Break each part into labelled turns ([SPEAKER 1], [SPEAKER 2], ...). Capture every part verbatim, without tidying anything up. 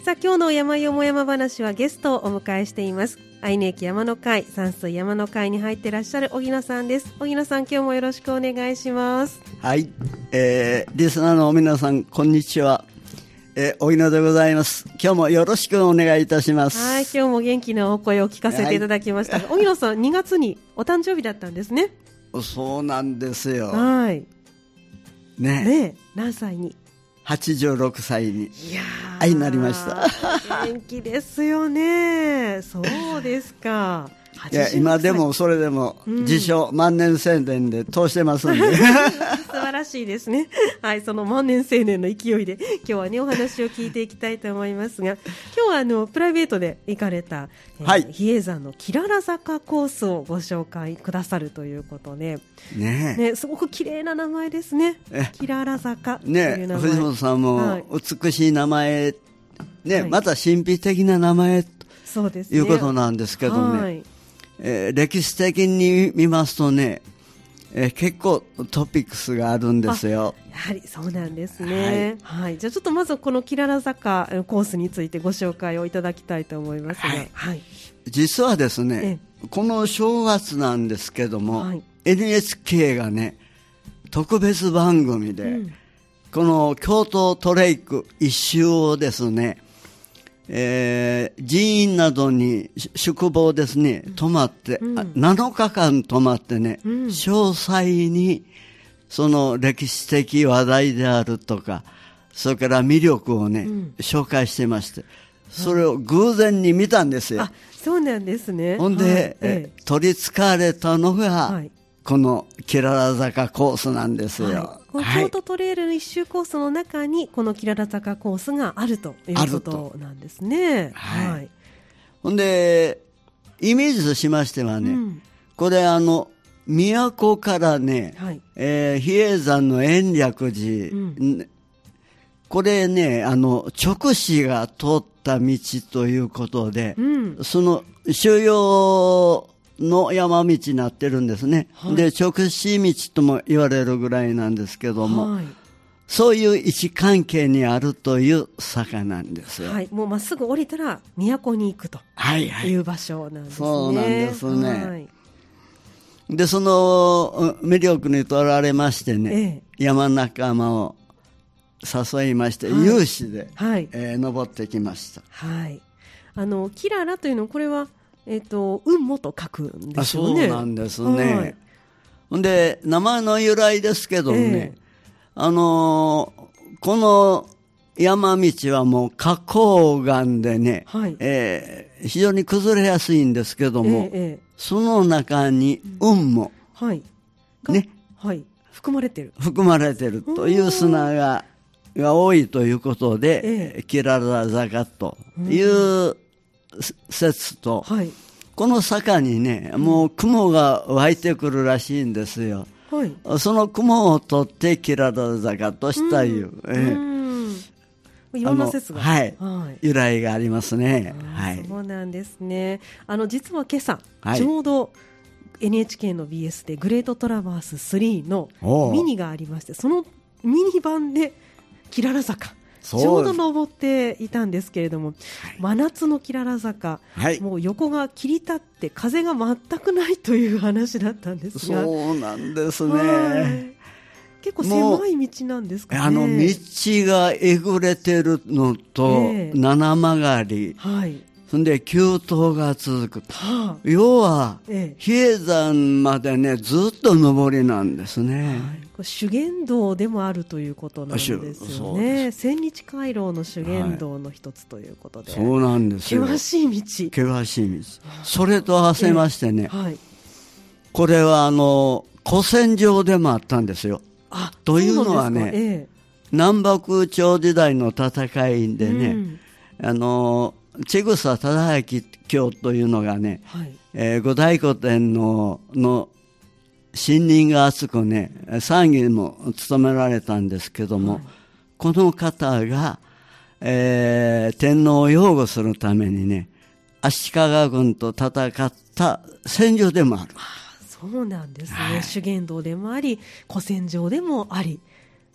[SPEAKER 1] さあ今日の山よも山話はゲストをお迎えしています。愛媛駅山の会山水山の会に入っていらっしゃる荻野さんです。荻野さん、今日もよろしくお願いします。
[SPEAKER 2] はい、えー、リスナーの皆さんこんにちは、えー、荻野でございます。今日もよろしくお願いいたします。
[SPEAKER 1] はい、今日も元気なお声を聞かせていただきました、はい、荻野さんにがつにお誕生日だったんですね。
[SPEAKER 2] そうなんですよ。
[SPEAKER 1] はい
[SPEAKER 2] ね
[SPEAKER 1] ね、何歳に？
[SPEAKER 2] はちじゅうろくさいに
[SPEAKER 1] いや
[SPEAKER 2] 愛になりました。
[SPEAKER 1] 元気ですよね。そうですか。
[SPEAKER 2] いや今でもそれでも自称、うん、万年青年で通してますんで素
[SPEAKER 1] 晴らしいですね。はい、その万年青年の勢いで今日はねお話を聞いていきたいと思いますが、今日はあのプライベートで行かれた、えーはい、比叡山のきらら坂コースをご紹介くださるということで、ねね、すごく綺麗な名前ですね。きらら坂という名前、
[SPEAKER 2] ね、藤本さんも美しい名前、ね、はい、また神秘的な名前ということなんですけどね、はい、えー、歴史的に見ますとね、えー、結構トピックスがあるんですよ。
[SPEAKER 1] やはりそうなんですね、はいはい、じゃあちょっとまずこのきらら坂コースについてご紹介をいただきたいと思いますが、はいはい、
[SPEAKER 2] 実はですね、この正月なんですけども、はい、エヌエイチケー がね特別番組で、うん、この京都トレイク一周をですね、えー、寺院などに宿坊ですね、泊まって、うん、なのかかん泊まってね、うん、詳細にその歴史的話題であるとか、それから魅力をね、うん、紹介してまして、それを偶然に見たんですよ。
[SPEAKER 1] あ、そうなんですね。
[SPEAKER 2] ほんで、はい、え取り憑かれたのが、はい、このきらら坂コースなんですよ。はい
[SPEAKER 1] この京都トレイルの一周コースの中にこのきらら坂コースがあるということなんですね。はいはい、
[SPEAKER 2] ほんでイメージとしましてはね、うん、これあの都からね、はいえー、比叡山の延暦寺、うん、これねあの勅使が通った道ということで、うん、その主要の山道になってるんですね、はい、で勅使道とも言われるぐらいなんですけども、はい、そういう位置関係にあるという坂なんですよ、
[SPEAKER 1] はい、もうまっすぐ降りたら都に行くという場所なんですね、はいはい、
[SPEAKER 2] そうなんですね、はい、でその魅力に取られましてね、ええ、山仲間を誘いまして、はい、有志で、はいえー、登ってきました、
[SPEAKER 1] はい、あのきららというのはこれはえっと、雲母と書くんですよね。
[SPEAKER 2] そうなんですね。はい、で名前の由来ですけどね、えー、あのー、この山道はもう花崗岩でね、はいえー、非常に崩れやすいんですけども、えーえー、その中に雲母、うんはいね
[SPEAKER 1] はい、含まれてる
[SPEAKER 2] 含まれてるという砂がが多いということで、えー、きらら坂という説と、はい、この坂にねもう雲が湧いてくるらしいんですよ、はい、その雲を取ってきらら坂としたいう、うんえー、
[SPEAKER 1] うんいろんな説が、
[SPEAKER 2] はいはい、由来がありますね、はい、
[SPEAKER 1] そうなんですね。あの実は今朝、はい、ちょうど エヌエイチケー の ビーエス でグレートトラバーススリーのミニがありまして、そのミニ版できらら坂ちょうど登っていたんですけれども、はい、真夏のきらら坂、はい、もう横が切り立って風が全くないという話だったんですが、
[SPEAKER 2] そうなんですね。
[SPEAKER 1] 結構狭い道なんですかね。
[SPEAKER 2] あの道がえぐれてるのと、えー、七曲がり、はい、そんで急登が続く、はあ、要は、ええ、比叡山までねずっと上りなんですね、はい、
[SPEAKER 1] これ修験道でもあるということなんですよね。千日回廊の修験道の一つということで、
[SPEAKER 2] はい、そうなんですよ。
[SPEAKER 1] 険しい道
[SPEAKER 2] 険しい道、それと合わせましてね、ええはい、これはあの古戦場でもあったんですよ。あというのはね、ええ、南北朝時代の戦いでね、うん、あの千草忠明教というのがね、はいえー、後醍醐天皇の信任が厚くね参議も務められたんですけども、はい、この方が、えー、天皇を擁護するためにね足利軍と戦った戦場でもある。
[SPEAKER 1] あ、そうなんですね、はい、修験道でもあり古戦場でもあり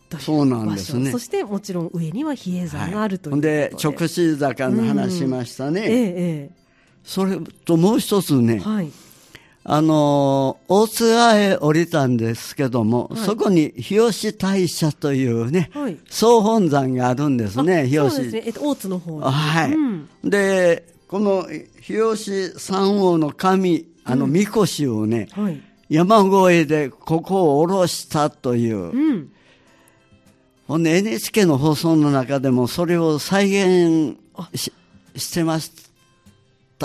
[SPEAKER 1] という場所。
[SPEAKER 2] そうなんですね。
[SPEAKER 1] そしてもちろん上には比叡山があるということで、
[SPEAKER 2] はい、で直子坂の話しましたね、
[SPEAKER 1] うん、ええええ、
[SPEAKER 2] それともう一つね、
[SPEAKER 1] はい、
[SPEAKER 2] あの大津川へ降りたんですけども、はい、そこに日吉大社というね、はい、総本山があるんですね。日吉、
[SPEAKER 1] そうですね、えっと、大津の方に、
[SPEAKER 2] はい、うん、でこの日吉三王の神、あの神輿をね、うん、はい、山越えでここを下ろしたという、うん、ほんで エヌエイチケー の放送の中でもそれを再現 し, してました。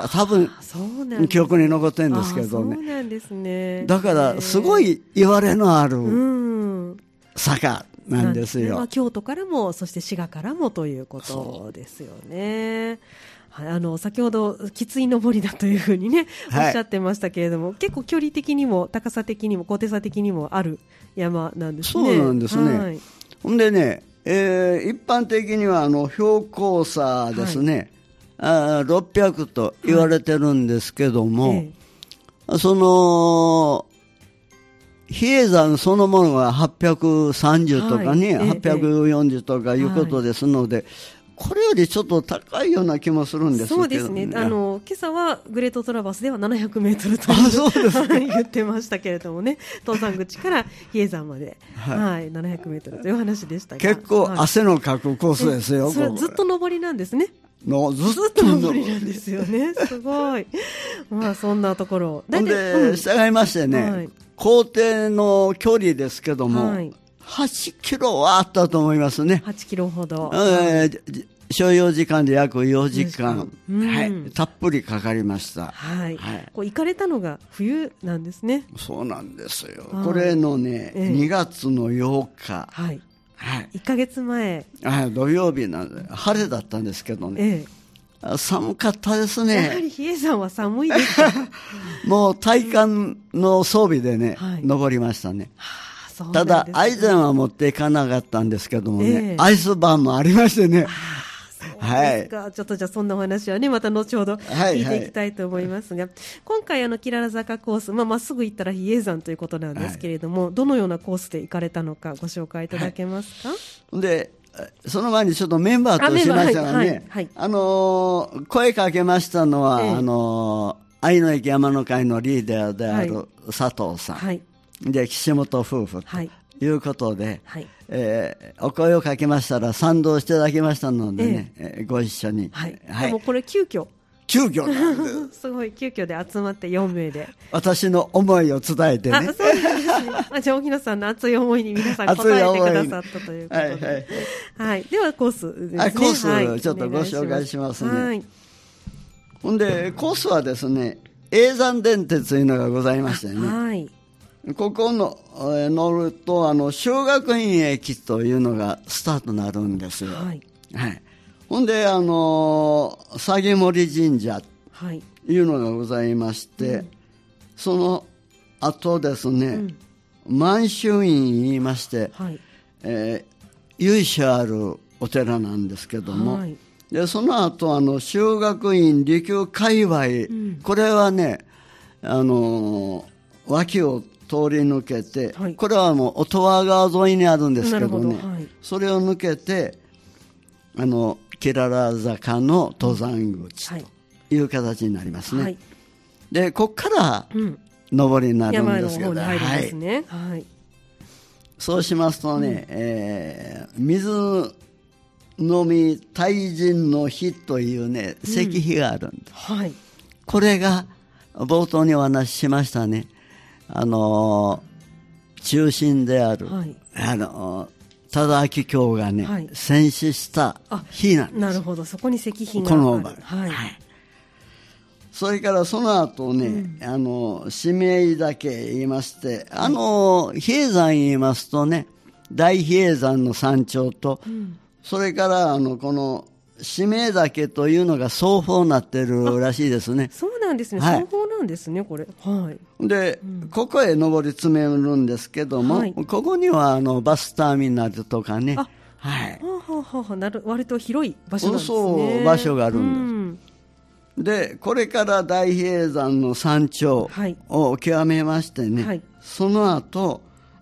[SPEAKER 2] 多分記憶に残ってるんですけどね。
[SPEAKER 1] そうなんですね。
[SPEAKER 2] だからすごい言われのある坂なんですよ。
[SPEAKER 1] うん、まあ、京都からもそして滋賀からもということですよね。はい、あの先ほどきつい登りだというふうにね、はい、おっしゃってましたけれども、結構距離的にも高さ的にも高低差的にもある山なんですね。
[SPEAKER 2] そうなんですね。はい、ほんでね、えー、一般的にはあの標高差ですね、はい、あろっぴゃくと言われてるんですけども、はい、ええ、その比叡山そのものがはっぴゃくさんじゅうとかね、はい、はっぴゃくよんじゅうとかいうことですので、はい、これよりちょっと高いような気もするんですけど、ね、
[SPEAKER 1] そうですね。あの今朝はグレートトラバスではななひゃくメートルという言ってましたけれどもね、登山口から比叡山まで、はいはい、ななひゃくメートルという話でしたが、
[SPEAKER 2] 結構汗のかくコースですよ。
[SPEAKER 1] それずっと上りなんですね。
[SPEAKER 2] のずっ
[SPEAKER 1] と, ずっと上りなんですよね。すごい。まあそんなところ
[SPEAKER 2] で、うん、従いましてね、はい、行程の距離ですけども、はい、はちキロはあったと思いますね。
[SPEAKER 1] はちキロほど、
[SPEAKER 2] えー、所要時間で約よじかん、うんはい、たっぷりかかりました。
[SPEAKER 1] はいはい、こう行かれたのが冬なんですね。
[SPEAKER 2] そうなんですよ。これのね、ええ、にがつのようか、はい
[SPEAKER 1] はい、いっかげつまえ、
[SPEAKER 2] はい、土曜日なんで晴れだったんですけどね、ええ、寒かったですね。
[SPEAKER 1] やはり比叡山は寒いですか？
[SPEAKER 2] もう体幹の装備でね、はい、登りましたね。はあ、そうなんですね。ただアイゼンは持っていかなかったんですけどもね、ええ、アイスバーンもありましてね。
[SPEAKER 1] そうですか、はい、ちょっとじゃあそんなお話はねまた後ほど聞いていきたいと思いますが、はいはい、今回あのキララ坂コース、まあ、まっすぐ行ったら比叡山ということなんですけれども、はい、どのようなコースで行かれたのかご紹介いただけますか？はい、
[SPEAKER 2] でその前にちょっとメンバーとしましたがね、はいはい、あのー、声かけましたのは、ええ、あのー、愛の駅山の会のリーダーである佐藤さん、はい、で岸本夫婦ということで、はい、えー、お声をかけましたら賛同していただきましたのでね、ええ、ご一緒に、
[SPEAKER 1] はいはい、でもこれ急遽
[SPEAKER 2] 急遽なんです
[SPEAKER 1] すごい急遽で集まってよんめいで
[SPEAKER 2] 私の思いを伝えてね。あ、
[SPEAKER 1] そうなんですね。まあ、じゃあ沖野さんの熱い思いに皆さん応えてくださったということで、はいはいはいはい、ではコースですね。
[SPEAKER 2] コース、はい、ちょっとご紹介しますね。はい、ほんでコースはですね、叡山電鉄というのがございましてね、はい、ここの乗るとあの小学院駅というのがスタートになるんですよ。はいはい、ほんであの鷺森神社というのがございまして、はい、うん、その後ですね、うん、満州院言いまして、はい、えー、由緒あるお寺なんですけども、はい、でその後あの修学院利休界隈、うん、これはねあの脇を通り抜けて、はい、これはもう音羽川沿いにあるんですけどね、はい、それを抜けてあのキララ坂の登山口という形になりますね。はい、でここから上りになるんですけど、うん、山の方に入るんですね。はいはい、そうしますとね、うん、えー、水飲み大人の日というね石碑があるんです。うん、はい、これが冒頭にお話ししましたね、あのー、中心である、はい、あのー忠明教がね、はい、戦死した日なんです。
[SPEAKER 1] なるほど、そこに石碑がある。この場合、はいはい、
[SPEAKER 2] それからその後ね、うん、あの指名だけ言いまして、あの比叡山言いますとね、大比叡山の山頂と、うん、それからあのこの指名岳というのが双方になってるらしいですね。
[SPEAKER 1] そうなんですね、はい、双方なんですねこれ。はい、
[SPEAKER 2] で、うん、ここへ上り詰めるんですけども、はい、ここにはあのバスターミナルとかね、はい、
[SPEAKER 1] はあはあ、なる割と広い場所なんですね。
[SPEAKER 2] そう場所があるんです。うん、でこれから大比叡山の山頂を極めましてね、はい、その後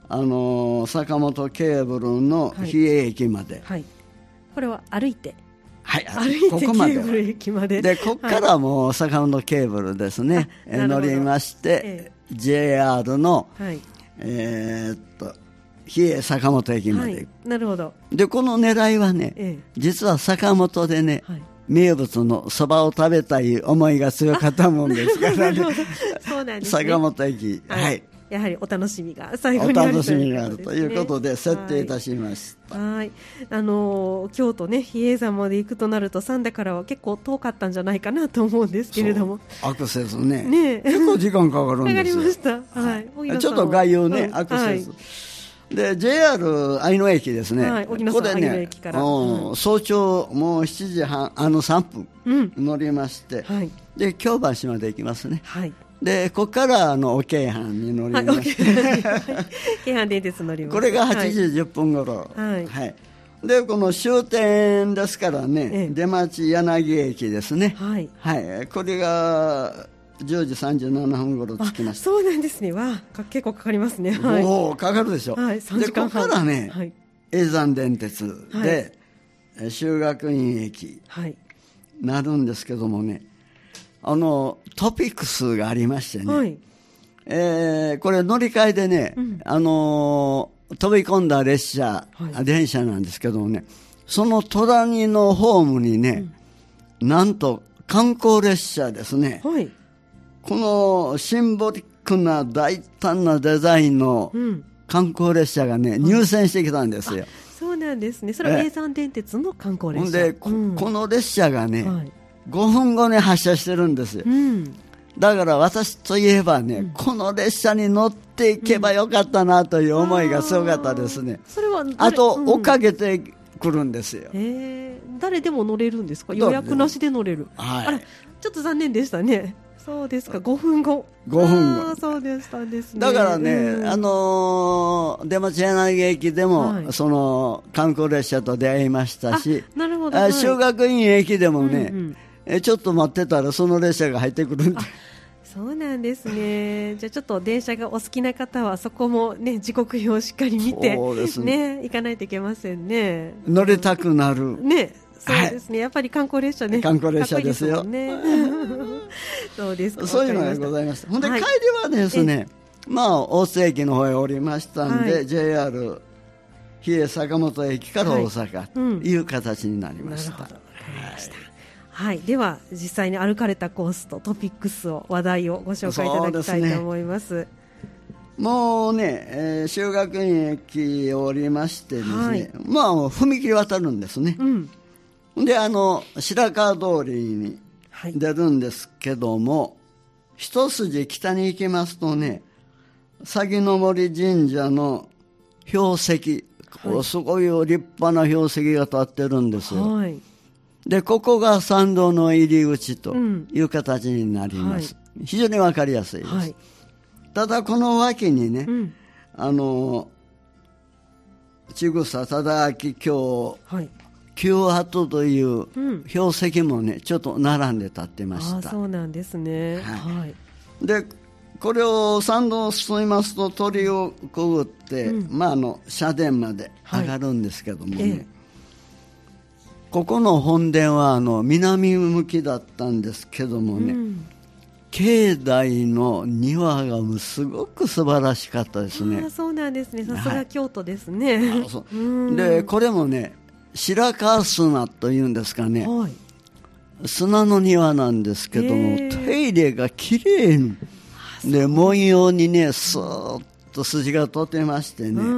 [SPEAKER 2] あの坂本ケーブルの比叡駅まで、
[SPEAKER 1] はいはい、これは歩いて、
[SPEAKER 2] はい、
[SPEAKER 1] 歩いて
[SPEAKER 2] ここまで
[SPEAKER 1] ケーブル駅まで
[SPEAKER 2] で、ここからもう坂本ケーブルですね、はい、乗りまして、ええ、ジェイアール の、はい、えー、っと比叡坂本駅まで、はい、
[SPEAKER 1] なるほど。
[SPEAKER 2] でこの狙いはね、ええ、実は坂本でね、はい、名物のそばを食べたい思いが強かったもんですからね
[SPEAKER 1] そうなんですね、
[SPEAKER 2] 坂本駅、はい、はい、
[SPEAKER 1] やはりお楽しみが最後にある
[SPEAKER 2] お楽しみがあるということで設定いたしました。
[SPEAKER 1] はい、はい、あの京都ね、比叡山まで行くとなると三田からは結構遠かったんじゃないかなと思うんですけれども、
[SPEAKER 2] アクセスね、ね結構時間かかるんですよ。かかりま
[SPEAKER 1] した、はい、
[SPEAKER 2] ちょっと概要ね、うん、アクセス、はいで ジェイアール 愛野駅ですね、
[SPEAKER 1] はい、荻野さん愛野駅から、
[SPEAKER 2] うん、早朝もうしちじはんあのさんぷん乗りまして、うんはい、で京橋まで行きますね、はい、でここからあのお京阪に乗りまして、はい、
[SPEAKER 1] 京阪電鉄乗りました。
[SPEAKER 2] これがはちじじゅっぷんごろ、はいはい、でこの終点ですからね、ええ、出町柳駅ですね、はいはい、これがじゅうじさんじゅうななふんごろ着きました。
[SPEAKER 1] そうなんですね。わあ結構かかりますね、
[SPEAKER 2] はい、おかかるでしょ、
[SPEAKER 1] はい、さんじかんはん
[SPEAKER 2] でここからね、はい、叡山電鉄で、はい、修学院駅なるんですけどもね、あのトピックスがありましてね、はい、えー、これ乗り換えでね、うん、あのー、飛び込んだ列車、はい、電車なんですけどもね、その隣のホームにね、うん、なんと観光列車ですね、はい、このシンボリックな大胆なデザインの観光列車がね、うん、入線してきたんですよ。
[SPEAKER 1] そうなんですね。それは叡山電鉄の観光列車
[SPEAKER 2] で、うん、この列車がね、はい、ごふんごに発車してるんですよ、うん、だから私といえばね、うん、この列車に乗っていけばよかったなという思いがすごかったですね、うん、
[SPEAKER 1] それは
[SPEAKER 2] あと、うん、追っかけてくるんですよ。
[SPEAKER 1] へー、誰でも乗れるんですか？予約なしで乗れる、はい、あらちょっと残念でしたね。そうですか、ごふんご。
[SPEAKER 2] ごふんご。
[SPEAKER 1] そうでしたですね。
[SPEAKER 2] だからね、うん、あのー、出町柳駅でも、はい、その観光列車と出会いましたし、
[SPEAKER 1] なるほど、はい、
[SPEAKER 2] 修学院駅でもね、うんうん、えちょっと待ってたらその列車が入ってくるんで。
[SPEAKER 1] そうなんですね。じゃあちょっと電車がお好きな方はそこもね、時刻表をしっかり見て、そうですね、ね、行かないといけませんね。
[SPEAKER 2] 乗りたくなる。
[SPEAKER 1] ね。そうですね、はい、やっぱり観光列車ね、
[SPEAKER 2] 観光列車ですよ。
[SPEAKER 1] かっこいいですもんね。そうですか。
[SPEAKER 2] そういうのがございました。ほんで、はい、帰りはですね、まあ大津駅の方へ降りましたんで、はい、ジェイアール 比叡坂本駅から大阪という形になりました。はい、うん、なるほど、わかりました。
[SPEAKER 1] はい、では実際に歩かれたコースとトピックスを話題をご紹介いただきたいと思います。
[SPEAKER 2] もうね、えー、修学院駅を降りましてですね、はい、まあ踏切渡るんですね。うん、であの白川通りに出るんですけども、はい、一筋北に行きますとね、鷺の森神社の標石、はい、すごい立派な標石が立ってるんですよ。はい、でここが参道の入り口という形になります。うん、はい、非常に分かりやすいです。はい、ただこの脇にね、うん、あの千草忠明経、はい、旧跡という標石もね、ちょっと並んで立ってました。
[SPEAKER 1] あ、そうなんですね。はいはい、
[SPEAKER 2] でこれを参道を進みますと鳥をくぐって、うん、まあ、あの社殿まで上がるんですけどもね、はい、ええ、ここの本殿はあの南向きだったんですけどもね、うん、境内の庭がすごく素晴らしかったですね。
[SPEAKER 1] あ、そうなんですね。さすが京都ですね。はい、
[SPEAKER 2] そう、でこれもね、白川砂というんですかね、はい、砂の庭なんですけども、手入れがきれいにで文様にね、スーッと筋がとてましてね、うん、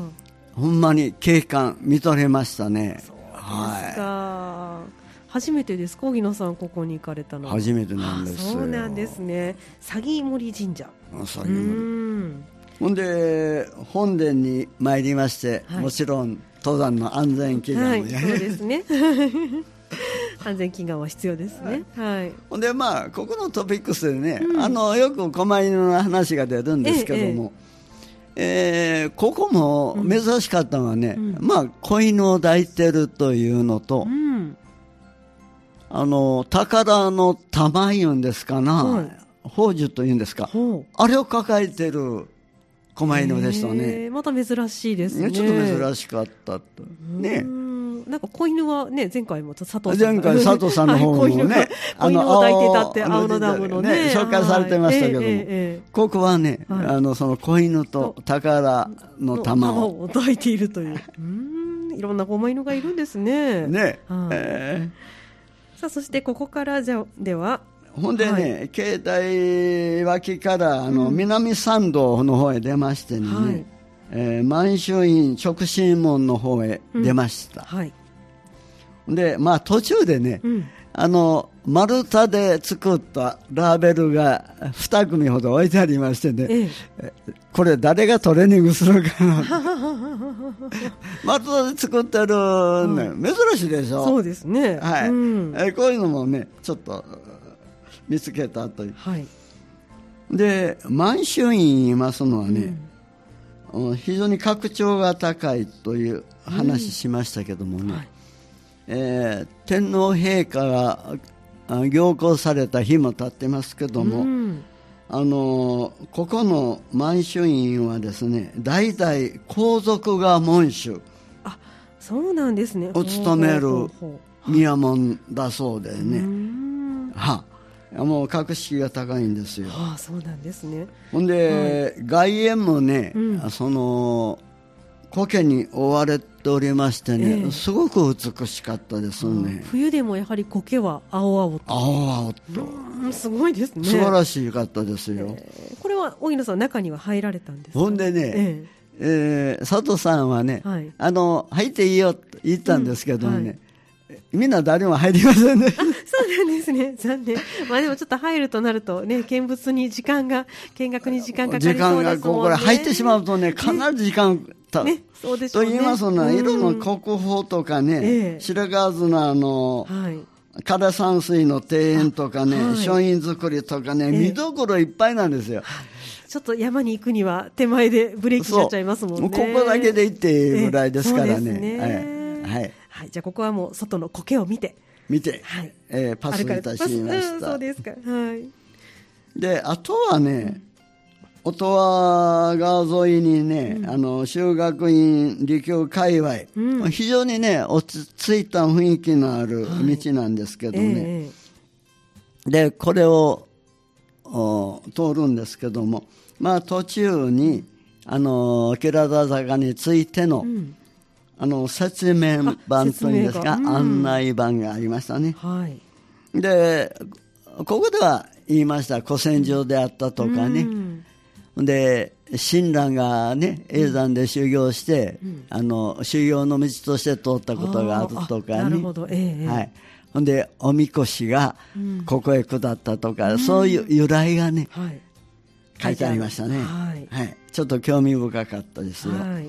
[SPEAKER 2] ほんまに景観見とれましたね。
[SPEAKER 1] そうですか。はい、初めてですか、荻野さん、ここに行かれたのは？
[SPEAKER 2] 初めてなんですよ。
[SPEAKER 1] そうなんですね。鷺森神社。
[SPEAKER 2] 鷺森。ほんで本殿に参りまして、はい、もちろん登山の安全祈願をやる、はい、そうですね。
[SPEAKER 1] 安全祈願は必要ですね。はい。
[SPEAKER 2] ほんでまあここのトピックスでね、うん、あのよく狛犬の話が出るんですけども、えええー、ここも珍しかったのはね、うん、まあ子犬を抱いてるというのと、うん、あの宝の玉いうんですかな、はい、宝珠というんですか、あれを抱えてる狛犬でしたね。
[SPEAKER 1] また珍しいですね。
[SPEAKER 2] ちょっと珍しかったとね。
[SPEAKER 1] なんか子犬はね、前回も佐藤さん
[SPEAKER 2] 前回佐藤さんの方もね、
[SPEAKER 1] はい、子犬を抱いてたって青野ダムのね、
[SPEAKER 2] 紹介されてましたけども、はいえーえー、ここはね、はい、あのその子犬と宝の玉を
[SPEAKER 1] 抱いているという、うーん、いろんな狛犬がいるんですね。
[SPEAKER 2] ね、
[SPEAKER 1] はいえー、さあそしてここからじゃでは。
[SPEAKER 2] ほんでね、はい、境内脇からあの、うん、南参道の方へ出ましてね、はいえー、満州院直進門の方へ出ました、うんはい、でまあ途中でね、うん、あの丸太で作ったラーベルがに組ほど置いてありましてね、ええ、これ誰がトレーニングするかな丸太で作ってる、ねはい、珍しいでしょ。
[SPEAKER 1] そうですね、
[SPEAKER 2] はいうんえー、こういうのもねちょっと見つけたという、はい、で満州院いますのはね、うん、非常に格調が高いという話しましたけどもね、うんはいえー、天皇陛下が行幸された日も経ってますけども、うん、あのここの満州院はですね代々皇族が門主
[SPEAKER 1] あそうなんですね
[SPEAKER 2] を務める宮門だそうでね、うん、はもう格式が高いんですよ。
[SPEAKER 1] ああそうなんですね。
[SPEAKER 2] ほんで、はい、外苑もね、うん、その苔に覆われておりましてね、えー、すごく美しかったですね。
[SPEAKER 1] 冬でもやはり苔は青々と
[SPEAKER 2] 青々と、
[SPEAKER 1] うん、すごいですね。
[SPEAKER 2] 素晴らしかったですよ、
[SPEAKER 1] えー、これは荻野さん中には入られたんですか。
[SPEAKER 2] ほんでね、えーえー、佐藤さんはね、はい、あの入っていいよと言ったんですけどもね、うんはい、みんな誰も入りませんね。
[SPEAKER 1] そうなんですね。残念。まあでもちょっと入るとなるとね、見物に時間が見学に時間かかりそうですもんね。
[SPEAKER 2] 時間がこれ入ってしまうとね、必ず時間た、
[SPEAKER 1] ね、そうでしょうね。
[SPEAKER 2] と言いますのは、色の国宝とかね、ええ、白川砂あの、はい、枯山水の庭園とかね、はい、書院作りとかね、ええ、見どころいっぱいなんですよ。はい、
[SPEAKER 1] ちょっと山に行くには手前でブレーキしちゃっちゃいますもんね。もう
[SPEAKER 2] ここだけで行っていいぐらいですからね。
[SPEAKER 1] ええ、はい、はいはい、じゃあここはもう外の苔を見て
[SPEAKER 2] 見て、はいえー、パスいたしました。
[SPEAKER 1] そうですか。はい。
[SPEAKER 2] であとはね、音羽川沿いにね、うん、あの修学院離宮界隈、うん、非常にね落ち着いた雰囲気のある道なんですけどね、はいえー、でこれを通るんですけども、まあ途中にあの吉良田坂についての、うんあの説明板というんですか、うん、案内板がありましたね、はい、でここでは言いました古戦場であったとかね、うん、で親鸞がね叡山で修行して、うん、あの修行の道として通ったことがあるとかね、なるほど、ええはい、ほんでおみこしがここへ下ったとか、うん、そういう由来がね、はい、書いてありましたね、はいはい、ちょっと興味深かったですよ、はい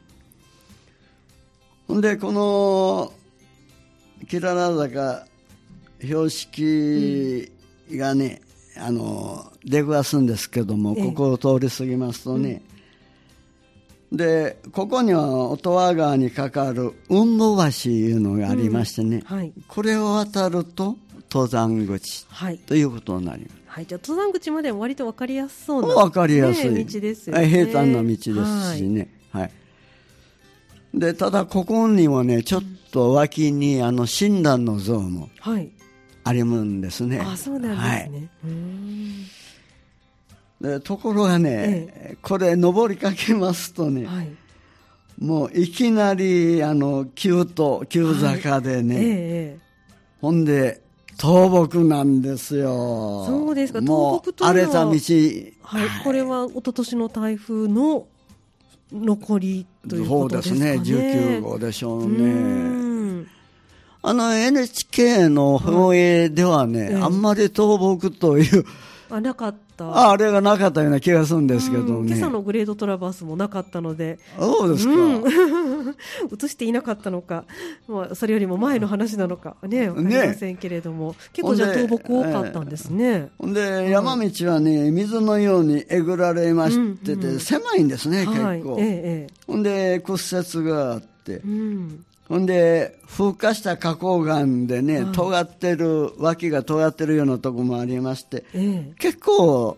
[SPEAKER 2] ほんでこの吉良坂標識がね、うん、あの出くわすんですけども、ここを通り過ぎますとね、うん、でここには音羽川に架かる雲母橋いうのがありましてね、うんはい、これを渡ると登山口、はい、ということになります。
[SPEAKER 1] はい、じゃあ登山口までは割と分かりやすそうな、
[SPEAKER 2] ね、分かりやすい、
[SPEAKER 1] ね、道ですよね。
[SPEAKER 2] 平坦な道ですしね、はい、はいでただここにもねちょっと脇にあの親鸞の像もあるんですね、はい、あそうなんですね、はい、うーんでところがね、ええ、これ登りかけますとね、はい、もういきなりあの急と急坂でね、はいええ、ほんで倒木なんですよ。
[SPEAKER 1] そうですか。
[SPEAKER 2] もう荒れた道、はい
[SPEAKER 1] はい、これは一昨年の台風の残りということですかね。そうですね、じゅうきゅうごうでしょうね。うんあの エヌエイチケー の放映ではね、はい、あんまり倒木というあなかった。
[SPEAKER 2] あ, あれがなかったような気がするんですけどね、うん、
[SPEAKER 1] 今朝のグレードトラバースもなかったので。
[SPEAKER 2] そうですか、うん、
[SPEAKER 1] 映していなかったのか、まあ、それよりも前の話なのかね分かりませんけれども、ね、結構じゃあ倒木多かったんですね。
[SPEAKER 2] ほんで、えー、山道はね水のようにえぐられましてて、うんうん、狭いんですね結構、はいえー、ほんで屈折があって、うんほんで風化した花崗岩でね、はい、尖ってる脇が尖ってるようなところもありまして、ええ、結構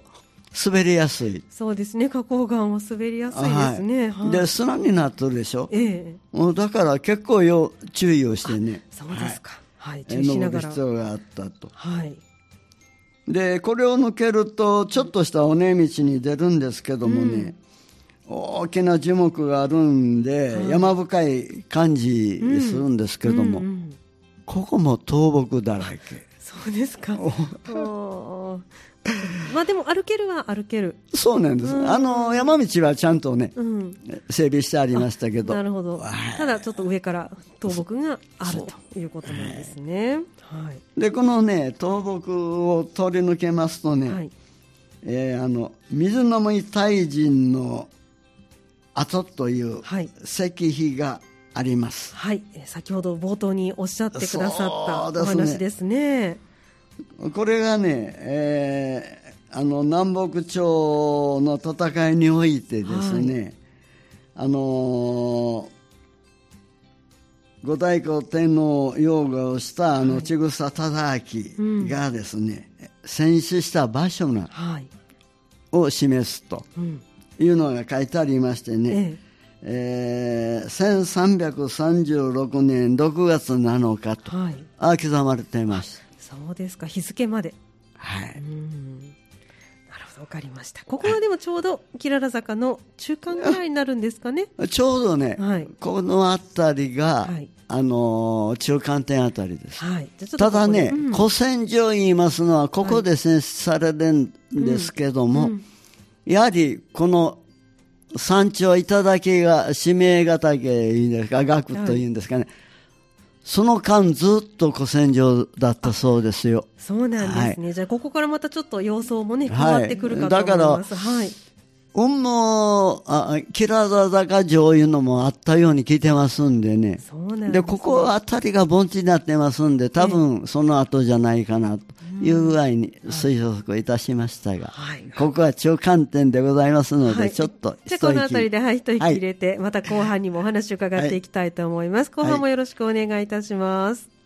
[SPEAKER 2] 滑りやすい。
[SPEAKER 1] そうですね、花崗岩は滑りやすいですね。
[SPEAKER 2] はい、で砂になってるでしょ、
[SPEAKER 1] ええ、
[SPEAKER 2] もうだから結構よ注意をしてね。
[SPEAKER 1] そうですか、はい、はい、注意しながら
[SPEAKER 2] 登る必要があったと。
[SPEAKER 1] はい、
[SPEAKER 2] でこれを抜けるとちょっとした尾根道に出るんですけどもね、うん、大きな樹木があるんで、はい、山深い感じするんですけども、うんうんうん、ここも倒木だらけ。
[SPEAKER 1] そうですかまあでも歩けるは歩ける。
[SPEAKER 2] そうなんです、うん、あの山道はちゃんとね、うん、整備してありましたけど。
[SPEAKER 1] なるほど。ただちょっと上から倒木があるということなんですね。はい、
[SPEAKER 2] でこのね倒木を通り抜けますとね、はい、えー、あの水飲み大臣の跡という石碑があります。
[SPEAKER 1] はい、はい、先ほど冒頭におっしゃってくださったお話ですね。
[SPEAKER 2] これがね、えー、あの南北朝の戦いにおいてですね、はい、あのー、五代皇天皇を擁護をしたあの千草忠明がですね、はい、うん、戦死した場所が、はい、を示すというのが書いてありましてね、えええー、せんさんびゃくさんじゅうろくねんろくがつなのかと、はい、あ刻まれています。
[SPEAKER 1] そうですか、日付まで。
[SPEAKER 2] はい、
[SPEAKER 1] うん、なるほど、分かりました。ここはでもちょうどきらら坂の中間ぐらいになるんですかね。
[SPEAKER 2] ちょうどね、はい、この辺りが、はい、あのー、中間点あたりです。はい、ただね、うん、古戦場言いますのはここで選出されるんですけども、はい、うんうん、やはりこの山頂頂が指名ヶ岳いいんですか、岳というんですかね、はい、その間ずっと古戦場だったそうですよ。
[SPEAKER 1] そうなんですね、はい、じゃあここからまたちょっと様相もね変わってくるかと思います。はい、だから、
[SPEAKER 2] 運もきらら坂城いうのもあったように聞いてますんでね。
[SPEAKER 1] そうなんですね。
[SPEAKER 2] でここあたりが盆地になってますんで、多分その後じゃないかなという具合に推測いたしましたが、はい、ここは中間点でございますので、はい、ちょっと一息、じゃあ
[SPEAKER 1] このあたりで、はい、一息入れて、はい、また後半にもお話を伺っていきたいと思います。後半もよろしくお願いいたします。